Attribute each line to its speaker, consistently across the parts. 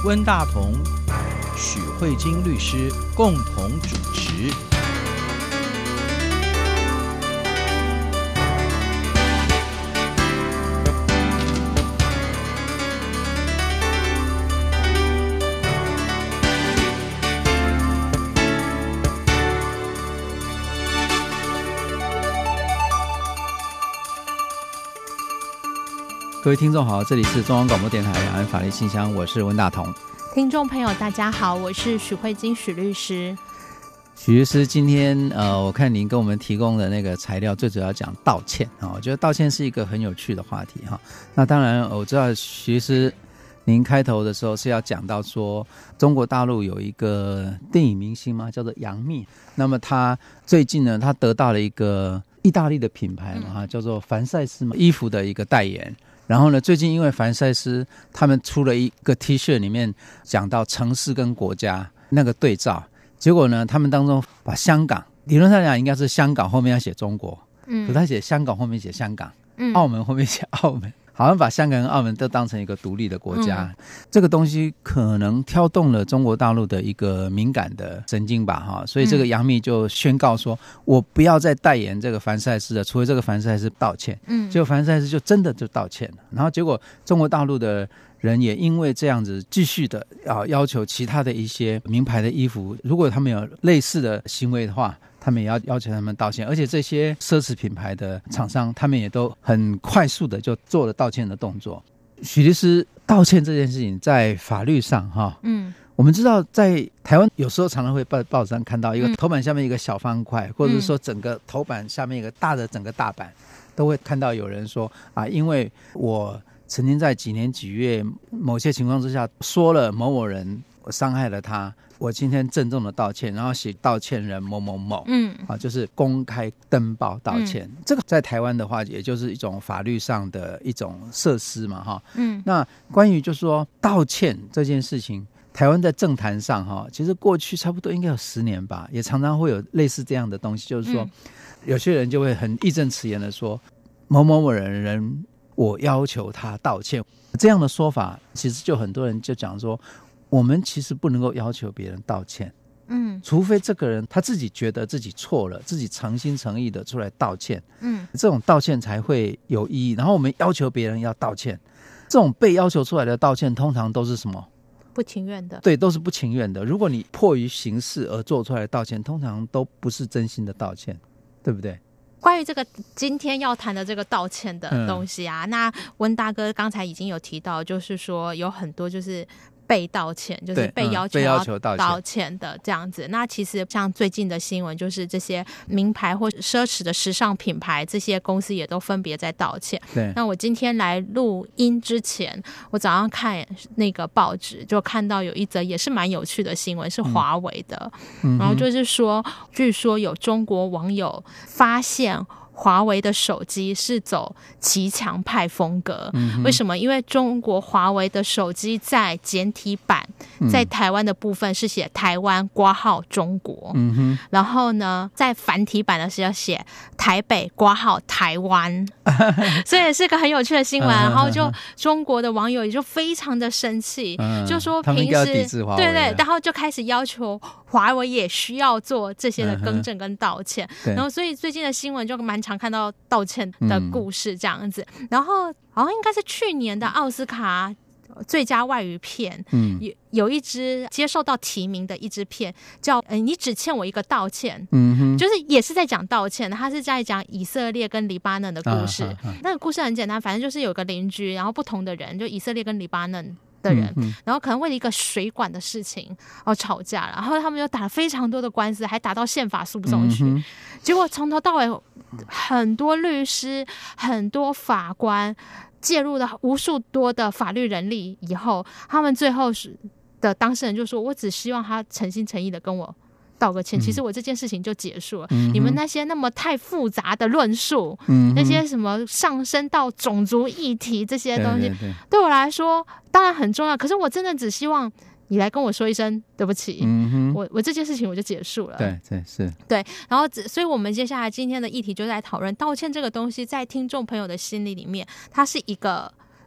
Speaker 1: 温大同、许慧金律师共同主持。
Speaker 2: 各位听众好，这里是中央广播电台两岸法律信箱，我是温大同。
Speaker 3: 听众朋友大家好，我是许慧金许律师。
Speaker 2: 许律师，今天我看您跟我们提供的那个材料最主要讲道歉，我觉得道歉是一个很有趣的话题。那当然我知道许律师您开头的时候是要讲到说中国大陆有一个电影明星嘛，叫做杨幂。那么他最近呢，他得到了一个意大利的品牌嘛，叫做凡赛斯衣服的一个代言。然后呢，最近因为凡赛斯他们出了一个 T 恤，里面讲到城市跟国家那个对照，结果呢，他们当中把香港，理论上讲应该是香港后面要写中国，可他写香港后面写香港，澳门后面写澳门，好像把香港跟澳门都当成一个独立的国家。这个东西可能挑动了中国大陆的一个敏感的神经吧，所以这个杨幂就宣告说，我不要再代言这个凡赛斯了，除非这个凡赛斯道歉。结果凡赛斯就真的就道歉了，然后结果中国大陆的人也因为这样子继续的要求其他的一些名牌的衣服，如果他们有类似的行为的话，他们也要求他们道歉。而且这些奢侈品牌的厂商，他们也都很快速的就做了道歉的动作。许律师，道歉这件事情在法律上我们知道在台湾有时候常常会报纸上看到一个头版下面一个小方块，或者是说整个头版下面一个大的整个大版，都会看到有人说因为我曾经在几年几月某些情况之下说了某某人，我伤害了他，我今天郑重的道歉，然后写道歉人某某某，就是公开登报道歉。这个在台湾的话，也就是一种法律上的一种设施嘛，那关于就是说道歉这件事情，台湾在政坛上其实过去差不多应该有10年吧，也常常会有类似这样的东西，就是说有些人就会很义正辞严的说某某某人我要求他道歉，这样的说法其实就很多人就讲说，我们其实不能够要求别人道歉，除非这个人他自己觉得自己错了，自己诚心诚意的出来道歉，这种道歉才会有意义。然后我们要求别人要道歉，这种被要求出来的道歉通常都是什么？
Speaker 3: 不情愿的。对，
Speaker 2: 都是不情愿的。如果你迫于形式而做出来的道歉，通常都不是真心的道歉，对不对？
Speaker 3: 关于这个今天要谈的这个道歉的东西那温大哥刚才已经有提到，就是说有很多就是被道歉，就是被要求道歉的这样子。那其实像最近的新闻，就是这些名牌或奢侈的时尚品牌，这些公司也都分别在道歉。
Speaker 2: 对。
Speaker 3: 那我今天来录音之前，我早上看那个报纸，就看到有一则也是蛮有趣的新闻，是华为的。然后就是说，据说有中国网友发现华为的手机是走骑墙派风格。为什么？因为中国华为的手机在简体版在台湾的部分是写台湾括号中国，然后呢在繁体版的是要写台北括号台湾所以也是个很有趣的新闻。然后就中国的网友也就非常的生气，就说平时
Speaker 2: 他们应该要抵制华为，
Speaker 3: 对，然后就开始要求华为也需要做这些的更正跟道歉。然后所以最近的新闻就蛮常看到道歉的故事这样子。然后好像应该是去年的奥斯卡最佳外语片，有一支接受到提名的一支片叫你只欠我一个道歉，就是也是在讲道歉，他是在讲以色列跟黎巴嫩的故事。那个故事很简单，反正就是有个邻居，然后不同的人，就以色列跟黎巴嫩的人，然后可能为了一个水管的事情吵架，然后他们就打了非常多的官司，还打到宪法诉讼去。结果从头到尾很多律师很多法官介入了无数多的法律人力以后，他们最后的当事人就说，我只希望他诚心诚意的跟我道个歉，其实我这件事情就结束了。你们那些那么太复杂的论述，那些什么上升到种族议题这些东西，对我来说当然很重要，可是我真的只希望你来跟我说一声对不起，我这件事情我就结束了。
Speaker 2: 对，是，
Speaker 3: 对。然后所以我们接下来今天的议题就在讨论道歉这个东西在听众朋友的心里面，它是一个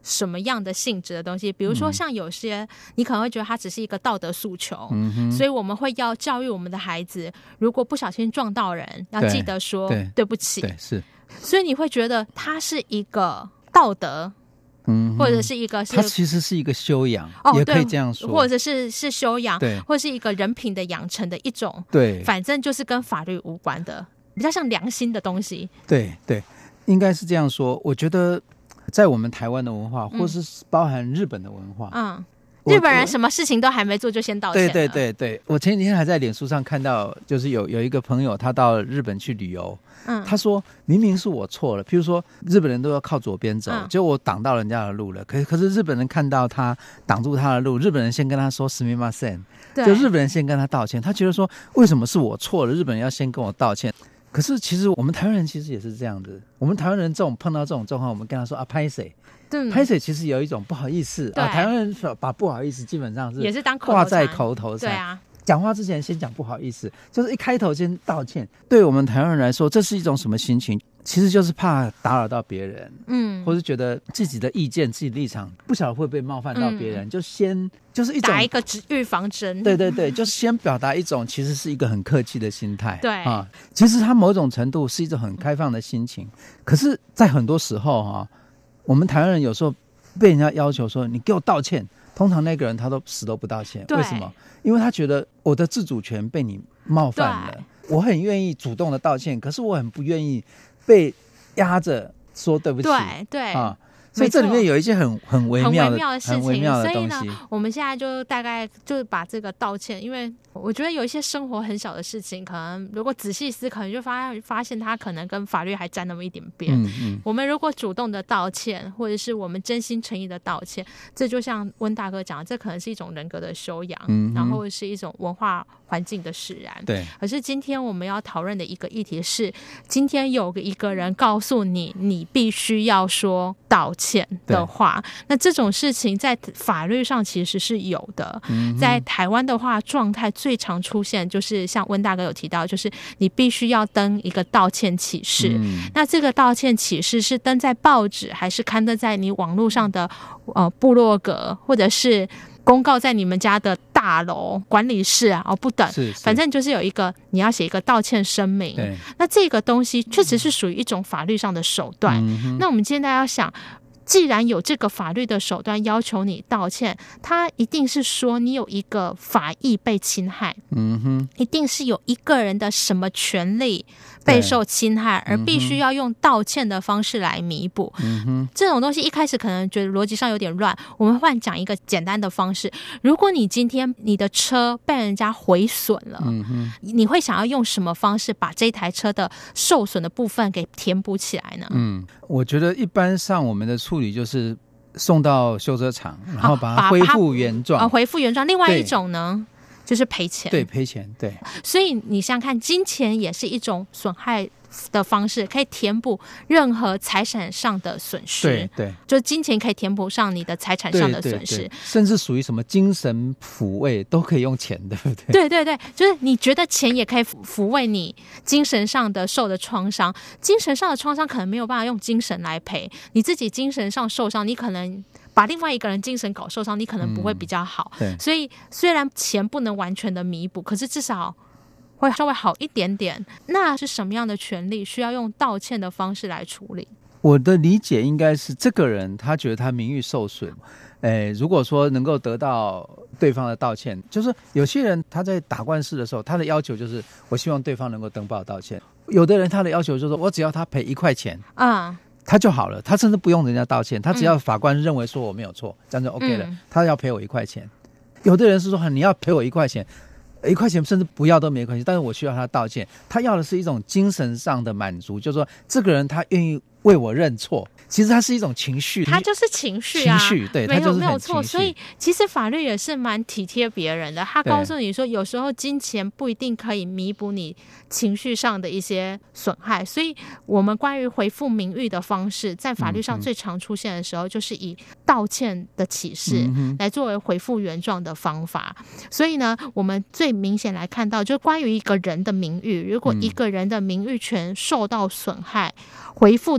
Speaker 3: 什么样的性质的东西。比如说像有些你可能会觉得它只是一个道德诉求，所以我们会要教育我们的孩子，如果不小心撞到人要记得说对不起。
Speaker 2: 对，是。
Speaker 3: 所以你会觉得它是一个道德，或者是一个它
Speaker 2: 其实是一个修养，也可以这样说，
Speaker 3: 或者是修养，或者是一个人品的养成的一种，
Speaker 2: 对，
Speaker 3: 反正就是跟法律无关的，比较像良心的东西。
Speaker 2: 对对，应该是这样说。我觉得在我们台湾的文化，或是包含日本的文化，
Speaker 3: 日本人什么事情都还没做就先道歉了。
Speaker 2: 对对对对，我前几天还在脸书上看到，就是有一个朋友他到日本去旅游，他说明明是我错了，譬如说日本人都要靠左边走，结果我挡到人家的路了，可是日本人看到他挡住他的路，日本人先跟他说すみません，就日本人先跟他道歉，他觉得说为什么是我错了，日本人要先跟我道歉。可是其实我们台湾人其实也是这样子，我们台湾人碰到这种状况，我们跟他说啊拍谁，拍谁其实有一种不好意思啊，台湾人把不好意思基本上是
Speaker 3: 也是当
Speaker 2: 挂在口头上，
Speaker 3: 对啊，
Speaker 2: 讲话之前先讲不好意思，就是一开头先道歉。对我们台湾人来说，这是一种什么心情？其实就是怕打扰到别人，或是觉得自己的意见、自己的立场不晓得会被冒犯到别人，就是一种
Speaker 3: 打一个预防针。
Speaker 2: 对对对，就是先表达一种其实是一个很客气的心态。
Speaker 3: 对
Speaker 2: 啊，其实它某种程度是一种很开放的心情。可是，在很多时候我们台湾人有时候被人家要求说你给我道歉，通常那个人他都死都不道歉。为什么？因为他觉得我的自主权被你冒犯了。我很愿意主动的道歉，可是我很不愿意被压着说对不起。
Speaker 3: 对
Speaker 2: 所以这里面有一些很微妙
Speaker 3: 的事情，
Speaker 2: 很微妙的东西。
Speaker 3: 所以呢，我们现在就大概就是把这个道歉，因为我觉得有一些生活很小的事情，可能如果仔细思考，你就发现它可能跟法律还沾那么一点边。我们如果主动的道歉，或者是我们真心诚意的道歉，这就像温大哥讲，这可能是一种人格的修养，然后是一种文化环境的使然。
Speaker 2: 对。
Speaker 3: 可是今天我们要讨论的一个议题是，今天有一个人告诉你，你必须要说道歉的话，那这种事情在法律上其实是有的。在台湾的话，状态最常出现就是像温大哥有提到，就是你必须要登一个道歉启事。那这个道歉启事是登在报纸，还是刊登在你网络上的部落格，或者是公告在你们家的大楼管理室不等，反正就是有一个你要写一个道歉声明。那这个东西确实是属于一种法律上的手段。那我们现在要想，既然有这个法律的手段要求你道歉，它一定是说你有一个法益被侵害，一定是有一个人的什么权利备受侵害，而必须要用道歉的方式来弥补。这种东西一开始可能觉得逻辑上有点乱，我们换讲一个简单的方式。如果你今天你的车被人家毁损了，你会想要用什么方式把这台车的受损的部分给填补起来呢？
Speaker 2: 我觉得一般上我们的处理就是送到修车厂，然后把它恢复原状。
Speaker 3: 恢复原状。另外一种呢，就是赔钱。
Speaker 2: 对，赔钱。对。
Speaker 3: 所以你想想看，金钱也是一种损害的方式，可以填补任何财产上的损失。
Speaker 2: 对，
Speaker 3: 就金钱可以填补上你的财产上的损失。
Speaker 2: 对，甚至属于什么精神抚慰都可以用钱，对不对？
Speaker 3: 对，就是你觉得钱也可以抚慰你精神上的受的创伤。精神上的创伤可能没有办法用精神来赔，你自己精神上受伤，你可能把另外一个人精神搞受伤，你可能不会比较好。所以虽然钱不能完全的弥补，可是至少会稍微好一点点。那是什么样的权利需要用道歉的方式来处理？
Speaker 2: 我的理解应该是这个人他觉得他名誉受损，如果说能够得到对方的道歉，就是有些人他在打官司的时候，他的要求就是我希望对方能够登报道歉。有的人他的要求就是我只要他赔1块钱他就好了，他甚至不用人家道歉，他只要法官认为说我没有错，这样就 OK 了，他要赔我1块钱。有的人是说你要赔我1块钱，1块钱甚至不要都没关系，但是我需要他道歉。他要的是一种精神上的满足，就是说这个人他愿意为我认错，其实它是一种情绪，
Speaker 3: 它就是情绪啊，
Speaker 2: 情绪，对，它就是很情绪，
Speaker 3: 没有错。所以其实法律也是蛮体贴别人的，他告诉你说有时候金钱不一定可以弥补你情绪上的一些损害，所以我们关于回复名誉的方式在法律上最常出现的时候，就是以道歉的启示来作为回复原状的方法。所以呢，我们最明显来看到，就是关于一个人的名誉，如果一个人的名誉权受到损害，回复的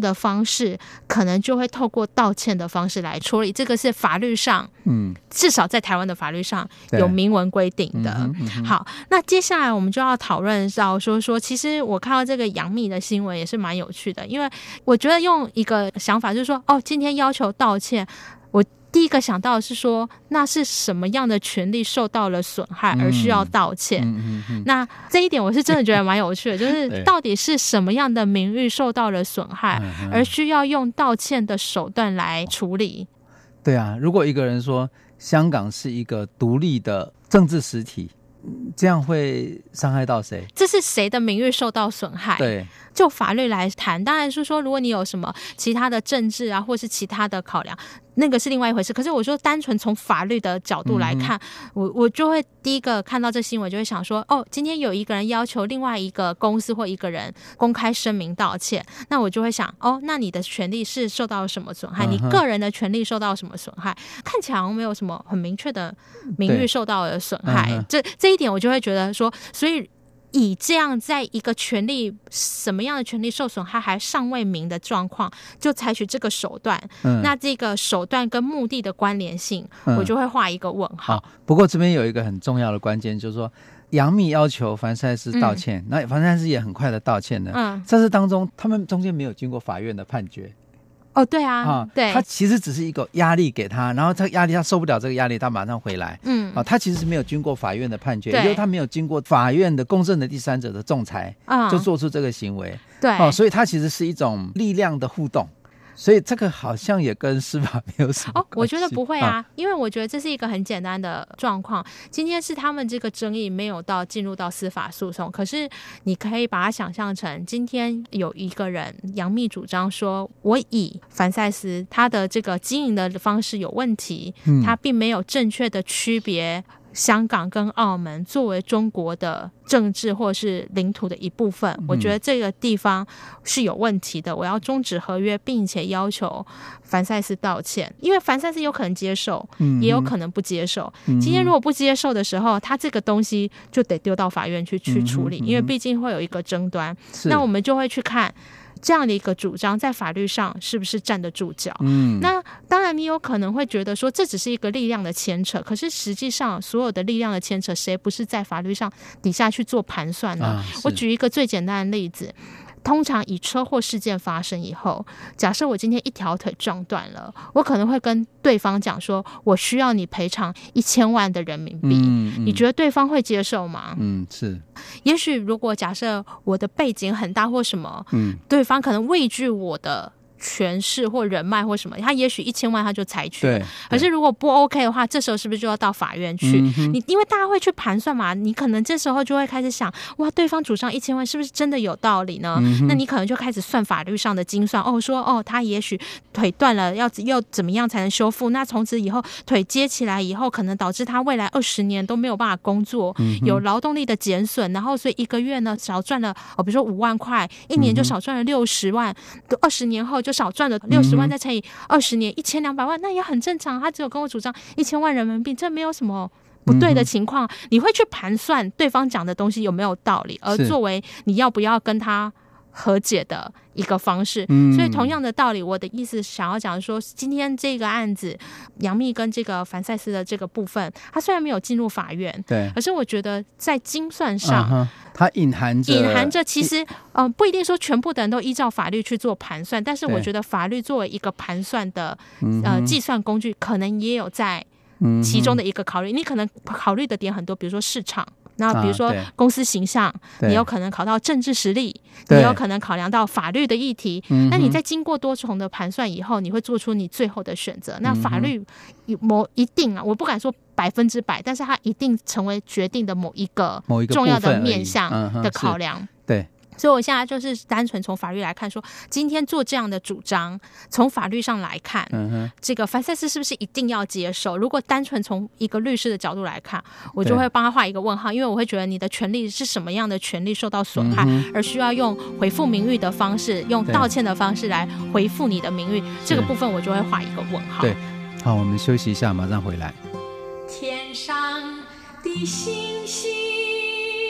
Speaker 3: 的方式可能就会透过道歉的方式来处理，这个是法律上至少在台湾的法律上有明文规定的。好，那接下来我们就要讨论到说其实我看到这个杨幂的新闻也是蛮有趣的，因为我觉得用一个想法就是说今天要求道歉，我第一个想到的是说，那是什么样的权利受到了损害而需要道歉？那这一点我是真的觉得蛮有趣的，就是到底是什么样的名誉受到了损害，而需要用道歉的手段来处理？
Speaker 2: 对啊，如果一个人说香港是一个独立的政治实体，这样会伤害到谁？
Speaker 3: 这是谁的名誉受到损害？对，就法律来谈，当然是说，如果你有什么其他的政治啊，或是其他的考量，那个是另外一回事。可是我说，单纯从法律的角度来看，我就会第一个看到这新闻，就会想说，今天有一个人要求另外一个公司或一个人公开声明道歉，那我就会想，那你的权利是受到什么损害？你个人的权利受到什么损害？看起来好像没有什么很明确的名誉受到的损害。这一点我就会觉得说，所以以这样在一个权利什么样的权利受损害还尚未明的状况，就采取这个手段，那这个手段跟目的的关联性，我就会画一个问号。
Speaker 2: 不过这边有一个很重要的关键，就是说杨幂要求凡赛斯道歉，那凡赛斯也很快的道歉了。在这当中他们中间没有经过法院的判决。
Speaker 3: 对啊，对，
Speaker 2: 他其实只是一个压力给他，然后他压力他受不了这个压力，他马上回来。他其实是没有经过法院的判决，也就是他没有经过法院的公正的第三者的仲裁，就做出这个行为。
Speaker 3: 对，
Speaker 2: 所以他其实是一种力量的互动。所以这个好像也跟司法没有什么关系。
Speaker 3: 我觉得不会啊，因为我觉得这是一个很简单的状况。今天是他们这个争议没有进入到司法诉讼，可是你可以把它想象成，今天有一个人杨幂主张说，我以凡赛斯他的这个经营的方式有问题，他并没有正确的区别香港跟澳门作为中国的政治或是领土的一部分，我觉得这个地方是有问题的，我要终止合约，并且要求凡赛斯道歉。因为凡赛斯有可能接受，也有可能不接受。今天如果不接受的时候，他这个东西就得丢到法院去处理，因为毕竟会有一个争端。那我们就会去看这样的一个主张在法律上是不是站得住脚。那当然你有可能会觉得说这只是一个力量的牵扯，可是实际上所有的力量的牵扯，谁不是在法律上底下去做盘算呢？我举一个最简单的例子，通常以车祸事件发生以后，假设我今天一条腿撞断了，我可能会跟对方讲说，我需要你赔偿1000万的人民币。你觉得对方会接受吗？
Speaker 2: 是。
Speaker 3: 也许如果假设我的背景很大或什么，对方可能畏惧我的权势或人脉或什么，他也许1000万他就采取了。可是如果不 OK 的话，这时候是不是就要到法院去？因为大家会去盘算嘛，你可能这时候就会开始想，哇，对方主张1000万是不是真的有道理呢？那你可能就开始算法律上的精算，说他也许腿断了，要怎么样才能修复？那从此以后腿接起来以后，可能导致他未来20年都没有办法工作，有劳动力的减损，然后所以一个月呢少赚了比如说5万块，一年就少赚了60万，20年后就少赚了60万，再乘以20年1200万，那也很正常。他只有跟我主张1000万人民币，这没有什么不对的情况。你会去盘算对方讲的东西有没有道理，而作为你要不要跟他和解的一个方式。所以同样的道理，我的意思想要讲说，今天这个案子杨幂跟这个凡赛斯的这个部分，他虽然没有进入法院，对，可是我觉得在精算上，
Speaker 2: 它隐含着
Speaker 3: 其实不一定说全部的人都依照法律去做盘算，但是我觉得法律作为一个盘算的计算工具，可能也有在其中的一个考虑。你可能考虑的点很多，比如说市场，那比如说公司形象，你有可能考到政治实力，你有可能考量到法律的议题。那你在经过多重的盘算以后，你会做出你最后的选择。那法律一定我不敢说100%，但是它一定成为决定的某一个重要的面向的考量。
Speaker 2: 对。
Speaker 3: 所以我现在就是单纯从法律来看说，今天做这样的主张，从法律上来看，这个凡赛斯是不是一定要接受？如果单纯从一个律师的角度来看，我就会帮他画一个问号，因为我会觉得你的权利是什么样的权利受到损害，而需要用回复名誉的方式，用道歉的方式来回复你的名誉，这个部分我就会画一个问号。
Speaker 2: 对，好，我们休息一下，马上回来。
Speaker 4: 天上的星星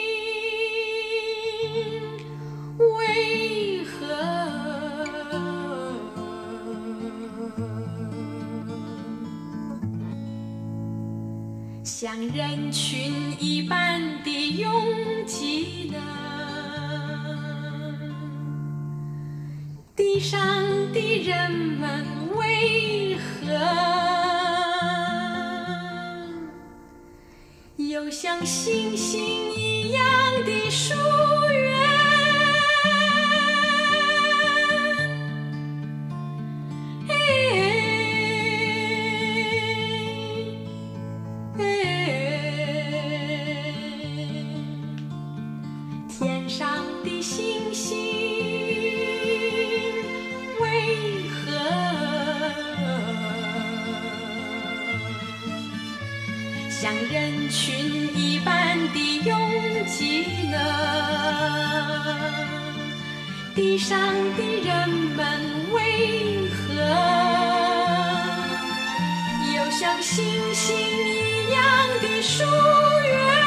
Speaker 4: 为何像人群一般的拥挤呢？地上的人们为何又像星星一样的疏远？天上的星星为何像人群一般的拥挤呢？地上的人们为何又像星星一样的疏远？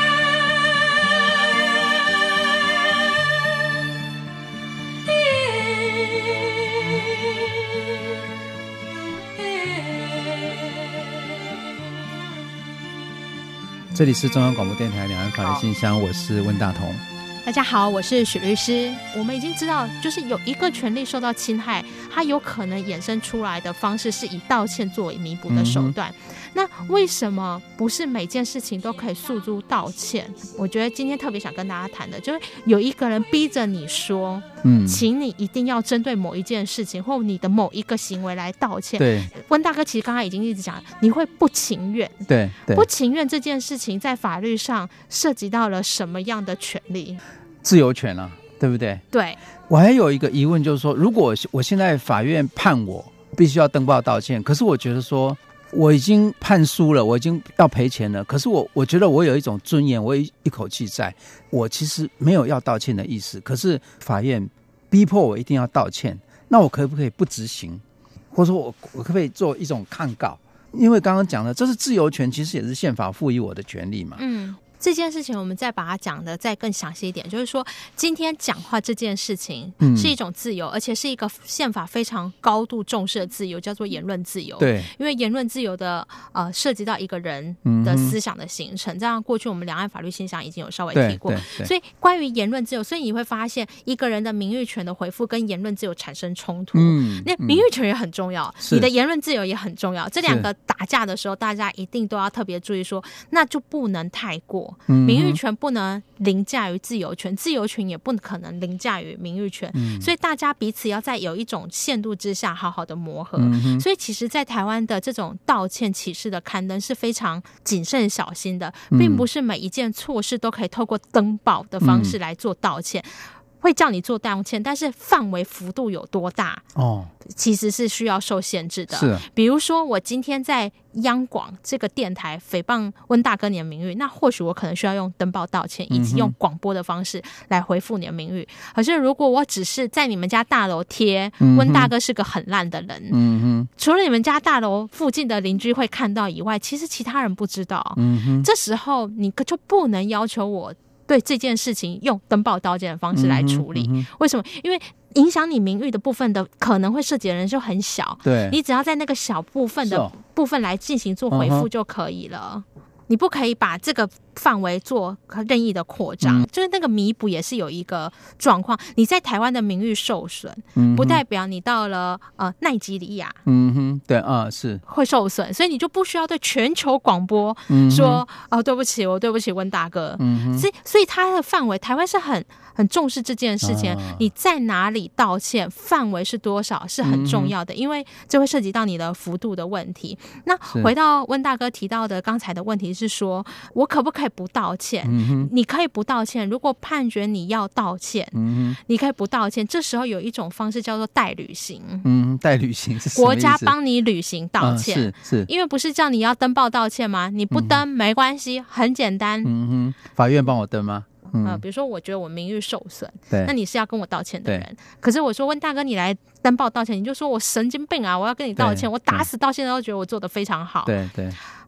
Speaker 2: 这里是中央广播电台两岸法律信箱，我是温大同。
Speaker 3: 大家好，我是许律师。我们已经知道，就是有一个权利受到侵害，它有可能衍生出来的方式是以道歉作为弥补的手段。那为什么不是每件事情都可以诉诸道歉？我觉得今天特别想跟大家谈的，就是有一个人逼着你说，请你一定要针对某一件事情或你的某一个行为来道歉。
Speaker 2: 对，
Speaker 3: 温大哥其实刚才已经一直讲，你会不情愿。
Speaker 2: 对，
Speaker 3: 不情愿这件事情在法律上涉及到了什么样的权利？
Speaker 2: 自由权啊，对不对？
Speaker 3: 对。
Speaker 2: 我还有一个疑问，就是说，如果我现在法院判我必须要登报道歉，可是我觉得说我已经判输了，我已经要赔钱了，可是我觉得我有一种尊严，我有一口气在，我其实没有要道歉的意思，可是法院逼迫我一定要道歉，那我可不可以不执行，或者说我可不可以做一种抗告？因为刚刚讲的这是自由权，其实也是宪法赋予我的权利嘛。
Speaker 3: 这件事情我们再把它讲的再更详细一点，就是说今天讲话这件事情是一种自由，而且是一个宪法非常高度重视的自由，叫做言论自由。
Speaker 2: 对，
Speaker 3: 因为言论自由的涉及到一个人的思想的形成，这样过去我们两岸法律信箱已经有稍微提过。所以关于言论自由，所以你会发现一个人的名誉权的回复跟言论自由产生冲突。那名誉权也很重要，你的言论自由也很重要，这两个打架的时候，大家一定都要特别注意说，那就不能太过。名誉权不能凌驾于自由权，自由权也不可能凌驾于名誉权，所以大家彼此要在有一种限度之下好好的磨合。所以其实在台湾的这种道歉启事的刊登是非常谨慎小心的，并不是每一件错事都可以透过登报的方式来做道歉，会叫你做道歉，但是范围幅度有多大其实是需要受限制的。是，比如说我今天在央广这个电台诽谤温大哥你的名誉，那或许我可能需要用登报道歉，以及用广播的方式来回复你的名誉。可是如果我只是在你们家大楼贴温大哥是个很烂的人，除了你们家大楼附近的邻居会看到以外，其实其他人不知道。这时候你就不能要求我对这件事情用登报道歉的方式来处理。为什么？因为影响你名誉的部分的可能会涉及的人就很小，对，你只要在那个小部分的部分来进行做回复就可以了。你不可以把这个范围做任意的扩张，就是那个弥补也是有一个状况。你在台湾的名誉受损，不代表你到了奈及利亚，
Speaker 2: 对啊，是
Speaker 3: 会受损，所以你就不需要对全球广播说对不起，我对不起温大哥。所以它的范围，台湾是很重视这件事情。你在哪里道歉，范围是多少是很重要的，因为这会涉及到你的幅度的问题。那回到温大哥提到的刚才的问题是说，我可不可以不道歉？你可以不道歉，如果判决你要道歉，你可以不道歉。这时候有一种方式叫做代履行。
Speaker 2: 代履行是什么意思？
Speaker 3: 国家帮你履行道歉，是因为不是叫你要登报道歉吗？你不登没关系，很简单。
Speaker 2: 法院帮我登吗？
Speaker 3: 比如说我觉得我名誉受损，那你是要跟我道歉的人，可是我说温大哥你来登报道歉，你就说我神经病啊，我要跟你道歉，我打死到现在都觉得我做得非常好。对，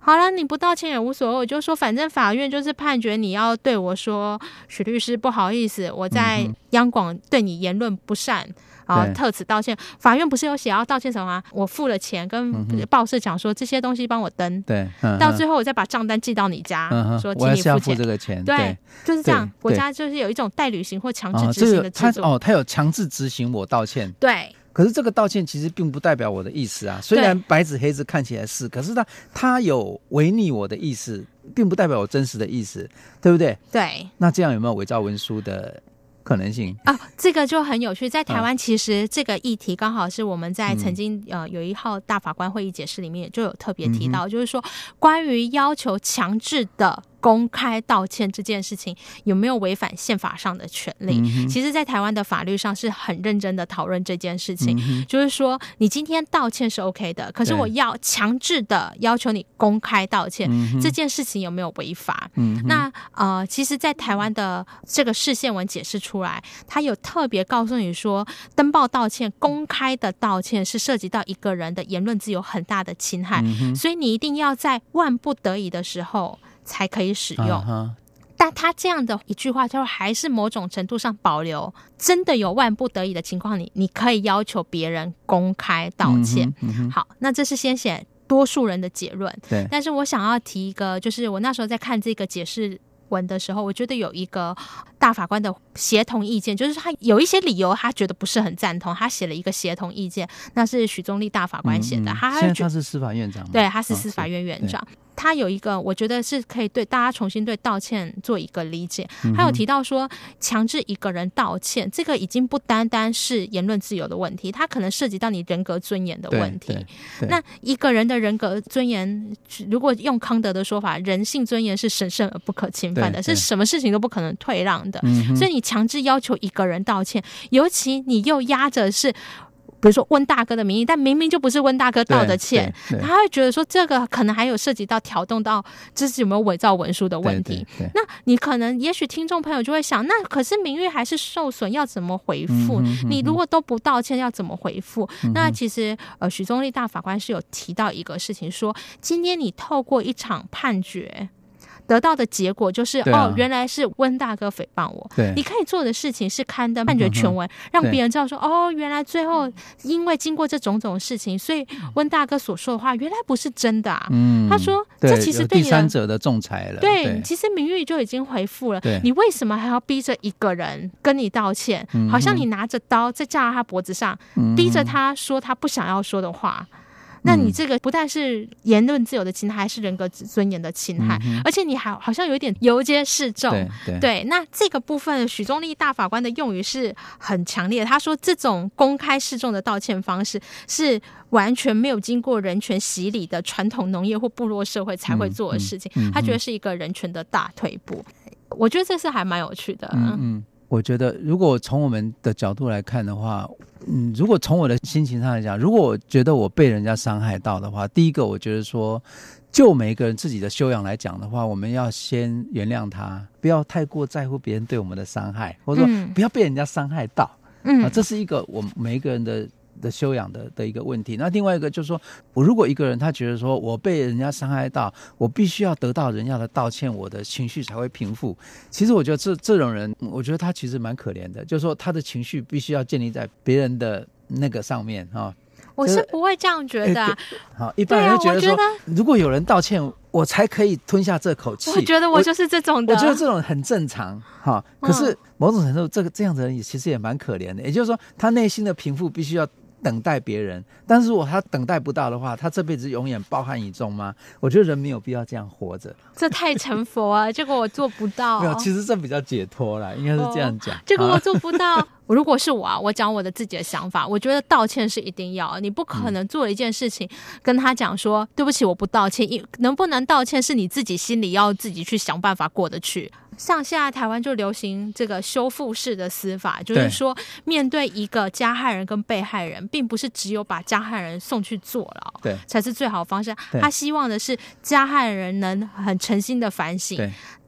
Speaker 3: 好了，你不道歉也无所谓，我就说反正法院就是判决你要对我说，许律师不好意思，我在央广对你言论不善。特此道歉。法院不是有写要道歉什么吗？我付了钱，跟报社讲说这些东西帮我登，
Speaker 2: 对，
Speaker 3: 到最后我再把账单寄到你家，说请你
Speaker 2: 付这个钱，
Speaker 3: 对，就是这样。国家就是有一种代履行或强制执行的制度。
Speaker 2: 他有强制执行我道歉，
Speaker 3: 对。
Speaker 2: 可是这个道歉其实并不代表我的意思啊，虽然白纸黑字看起来是，可是他有违逆我的意思，并不代表我真实的意思，对不对？
Speaker 3: 对。
Speaker 2: 那这样有没有伪造文书的可能性
Speaker 3: 这个就很有趣。在台湾其实这个议题刚好是我们在曾经有一号大法官会议解释里面就有特别提到，就是说关于要求强制的公开道歉这件事情有没有违反宪法上的权利，其实在台湾的法律上是很认真的讨论这件事情，就是说你今天道歉是 OK 的，可是我要强制的要求你公开道歉，这件事情有没有违法？那其实在台湾的这个释宪文解释出来，他有特别告诉你说，登报道歉公开的道歉是涉及到一个人的言论自由很大的侵害，所以你一定要在万不得已的时候才可以使用，但他这样的一句话就还是某种程度上保留真的有万不得已的情况，你可以要求别人公开道歉。好，那这是先写多数人的结论，对。但是我想要提一个，就是我那时候在看这个解释文的时候，我觉得有一个大法官的协同意见，就是他有一些理由他觉得不是很赞同，他写了一个协同意见，那是许宗力大法官写的。
Speaker 2: 现在他是司法院长吗？
Speaker 3: 对，他是司法院院长。他有一个我觉得是可以对大家重新对道歉做一个理解，他有提到说强制一个人道歉，这个已经不单单是言论自由的问题，它可能涉及到你人格尊严的问题。那一个人的人格尊严，如果用康德的说法，人性尊严是神圣而不可侵犯的，是什么事情都不可能退让的，所以你强制要求一个人道歉，尤其你又压着是比如说温大哥的名义，但明明就不是温大哥道的歉，他会觉得说这个可能还有涉及到挑动到这是有没有伪造文书的问题。那你可能也许听众朋友就会想，那可是名誉还是受损，要怎么回复？你如果都不道歉要怎么回复？那其实许宗力大法官是有提到一个事情，说今天你透过一场判决得到的结果就是原来是温大哥诽谤我，你可以做的事情是刊登判决全文，让别人知道说原来最后因为经过这种种事情，所以温大哥所说的话原来不是真的啊。他说这其实对你的
Speaker 2: 第三者的仲裁了，
Speaker 3: 对，其实名誉就已经回复了，你为什么还要逼着一个人跟你道歉？好像你拿着刀在架到他脖子上，逼着他说他不想要说的话，那你这个不但是言论自由的侵害，还是人格尊严的侵害，而且你好像有一点游街示众。对，那这个部分许宗力大法官的用语是很强烈的，他说这种公开示众的道歉方式是完全没有经过人权洗礼的传统农业或部落社会才会做的事情，他觉得是一个人权的大退步。我觉得这是还蛮有趣的。
Speaker 2: 我觉得如果从我们的角度来看的话，如果从我的心情上来讲，如果我觉得我被人家伤害到的话，第一个我觉得说就每一个人自己的修养来讲的话，我们要先原谅他，不要太过在乎别人对我们的伤害，或者说不要被人家伤害到。这是一个我们每一个人的修养的一个问题。那另外一个就是说，我如果一个人他觉得说我被人家伤害到，我必须要得到人家的道歉，我的情绪才会平复。其实我觉得这种人，我觉得他其实蛮可怜的，就是说他的情绪必须要建立在别人的那个上面
Speaker 3: 我是不会这样觉得
Speaker 2: 好，一般人就觉得说如果有人道歉我才可以吞下这口气，
Speaker 3: 我觉得我就是这种的，
Speaker 2: 我觉得这种很正常可是某种程度这样的人其实也蛮可怜的，也就是说他内心的平复必须要等待别人，但是如果他等待不到的话，他这辈子永远抱憾以终吗？我觉得人没有必要这样活着，
Speaker 3: 这太成佛啊结果我做不到。
Speaker 2: 没有，其实这比较解脱啦，应该是这样讲
Speaker 3: 结果我做不到如果是我我讲我的自己的想法，我觉得道歉是一定要，你不可能做了一件事情跟他讲说对不起我不道歉，能不能道歉是你自己心里要自己去想办法过得去。像现在台湾就流行这个修复式的司法，就是说面对一个加害人跟被害人，并不是只有把加害人送去坐牢才是最好的方式，他希望的是加害人能很诚心的反省，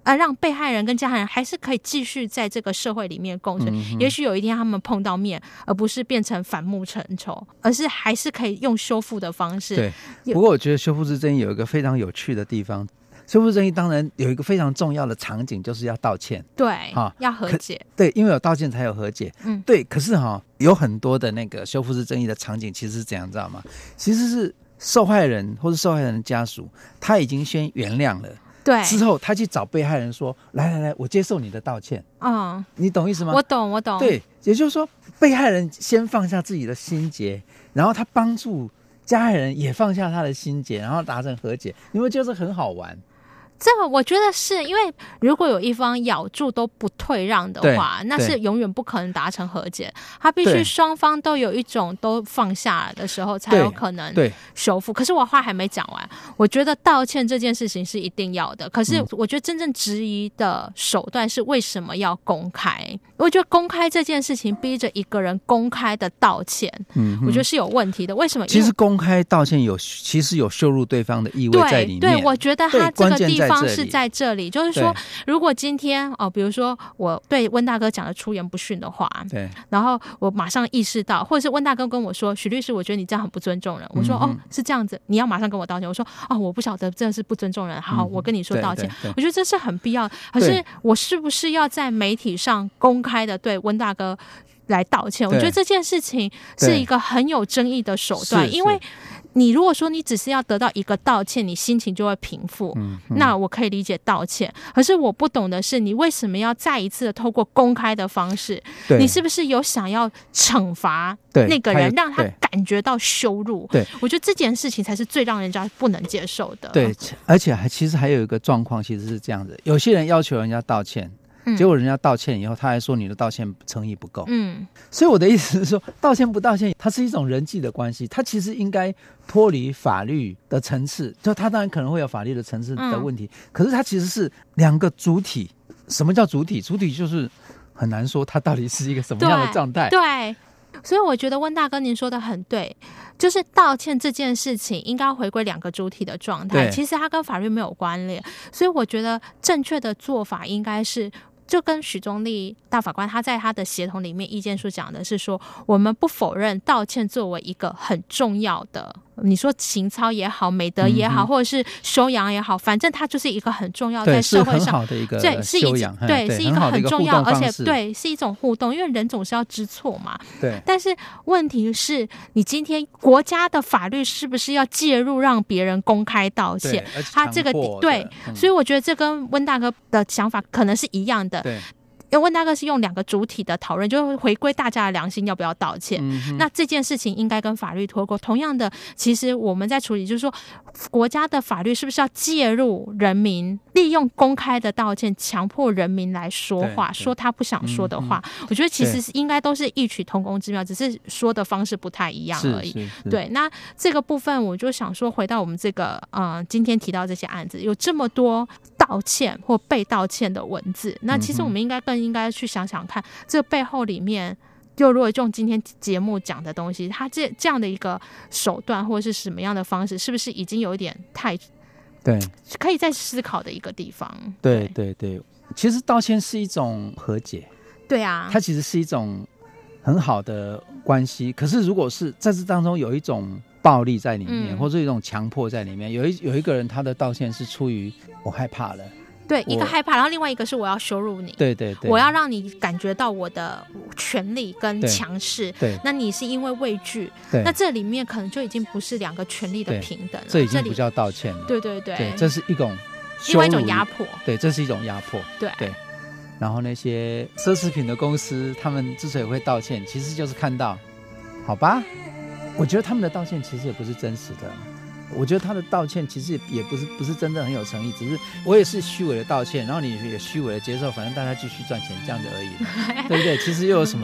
Speaker 3: 让被害人跟加害人还是可以继续在这个社会里面共存。也许有一天他们碰到面，而不是变成反目成仇，而是还是可以用修复的方式。
Speaker 2: 对，不过我觉得修复式正义有一个非常有趣的地方。修复正义当然有一个非常重要的场景，就是要道歉。
Speaker 3: 对，要和解。
Speaker 2: 对，因为有道歉才有和解。对。可是有很多的那个修复式正义的场景其实是怎样，知道吗？其实是受害人或是受害人的家属，他已经先原谅了。对。之后他去找被害人说：“来，我接受你的道歉。”你懂意思吗？我懂。对，也就是说，被害人先放下自己的心结，然后他帮助加害人也放下他的心结，然后达成和解。你会觉得很好玩？
Speaker 3: 这个我觉得是因为如果有一方咬住都不退让的话，那是永远不可能达成和解。他必须双方都有一种都放下的时候，才有可能修复。可是我话还没讲完，我觉得道歉这件事情是一定要的。可是我觉得真正质疑的手段是为什么要公开？我觉得公开这件事情逼着一个人公开的道歉，我觉得是有问题的。为什么？其
Speaker 2: 实公开道歉其实有羞辱对方的意味在里面。
Speaker 3: 对，我觉得他这个地方是在这里，就是说，如果今天比如说我对温大哥讲了出言不逊的话，对，然后我马上意识到，或者是温大哥跟我说，许律师，我觉得你这样很不尊重人。我说是这样子，你要马上跟我道歉。我说我不晓得这是不尊重人，好，我跟你说道歉。我觉得这是很必要。可是我是不是要在媒体上公开的对温大哥来道歉？我觉得这件事情是一个很有争议的手段，因为你如果说你只是要得到一个道歉，你心情就会平复，那我可以理解道歉。可是我不懂的是，你为什么要再一次的透过公开的方式？你是不是有想要惩罚那个人，让他感觉到羞辱？对，我觉得这件事情才是最让人家不能接受的。对，
Speaker 2: 而且其实还有一个状况，其实是这样子：有些人要求人家道歉。结果人家道歉以后，他还说你的道歉诚意不够。所以我的意思是说，道歉不道歉，它是一种人际的关系，它其实应该脱离法律的层次。就它当然可能会有法律的层次的问题，可是它其实是两个主体。什么叫主体？主体就是很难说它到底是一个什么样的状态。
Speaker 3: 对，所以我觉得温大哥您说的很对，就是道歉这件事情应该回归两个主体的状态，其实它跟法律没有关联。所以我觉得正确的做法应该是，就跟许宗力大法官他在他的协同里面意见书讲的是说，我们不否认道歉作为一个很重要的，你说情操也好，美德也好，或者是修养也好，反正它就是一个很重要在社会上，
Speaker 2: 是很好的一个修养，
Speaker 3: 对，是一个很重要，而且对，是一种互动，因为人总是要知错嘛。对。但是问题是，你今天国家的法律是不是要介入让别人公开道歉？他这个对，所以我觉得这跟温大哥的想法可能是一样的。对。因为温大哥是用两个主体的讨论，就回归大家的良心要不要道歉。那这件事情应该跟法律脱钩。同样的，其实我们在处理就是说，国家的法律是不是要介入人民，利用公开的道歉强迫人民来说话，说他不想说的话。我觉得其实应该都是异曲同工之妙，只是说的方式不太一样而已。对，那这个部分我就想说，回到我们这个今天提到这些案子，有这么多道歉或被道歉的文字，那其实我们应该去想想看，这背后里面，就如果用今天节目讲的东西，它这样的一个手段或者是什么样的方式，是不是已经有一点太对，可以再思考的一个地方？
Speaker 2: 对对对，其实道歉是一种和解，
Speaker 3: 对啊，
Speaker 2: 它其实是一种很好的关系。可是如果是在这当中有一种暴力在里面，或者一种强迫在里面，有一个人他的道歉是出于我害怕了。
Speaker 3: 对，一个害怕，然后另外一个是我要羞辱你，
Speaker 2: 对对对，
Speaker 3: 我要让你感觉到我的权力跟强势，对，那你是因为畏惧，对，那这里面可能就已经不是两个权力的平等了，
Speaker 2: 这已经不叫道歉了，
Speaker 3: 对对 对，
Speaker 2: 这是一种
Speaker 3: 另外一种压迫，
Speaker 2: 对，这是一种压迫，对对。然后那些奢侈品的公司，他们之所以会道歉，其实就是看到，好吧，我觉得他们的道歉其实也不是真实的。我觉得他的道歉其实也不是真的很有诚意，只是我也是虚伪的道歉，然后你也虚伪的接受，反正大家继续赚钱这样子而已，对不对？其实又有什么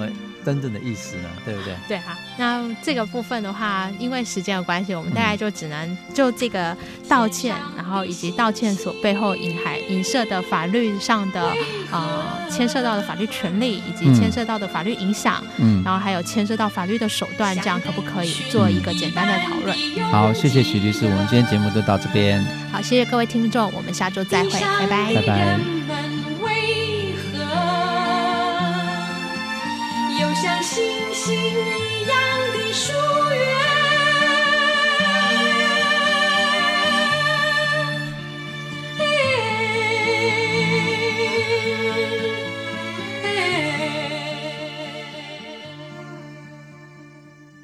Speaker 2: 真正的意思呢？对不对？
Speaker 3: 对啊，那这个部分的话，因为时间的关系，我们大概就只能就这个道歉，然后以及道歉所背后影射的法律上的牵涉到的法律权利，以及牵涉到的法律影响，然后还有牵涉到法律的手段，这样可不可以做一个简单的讨论？
Speaker 2: 好，谢谢许律师，我们今天节目就到这边。
Speaker 3: 好，谢谢各位听众，我们下周再会，拜拜，
Speaker 2: 拜拜。
Speaker 4: 又像星星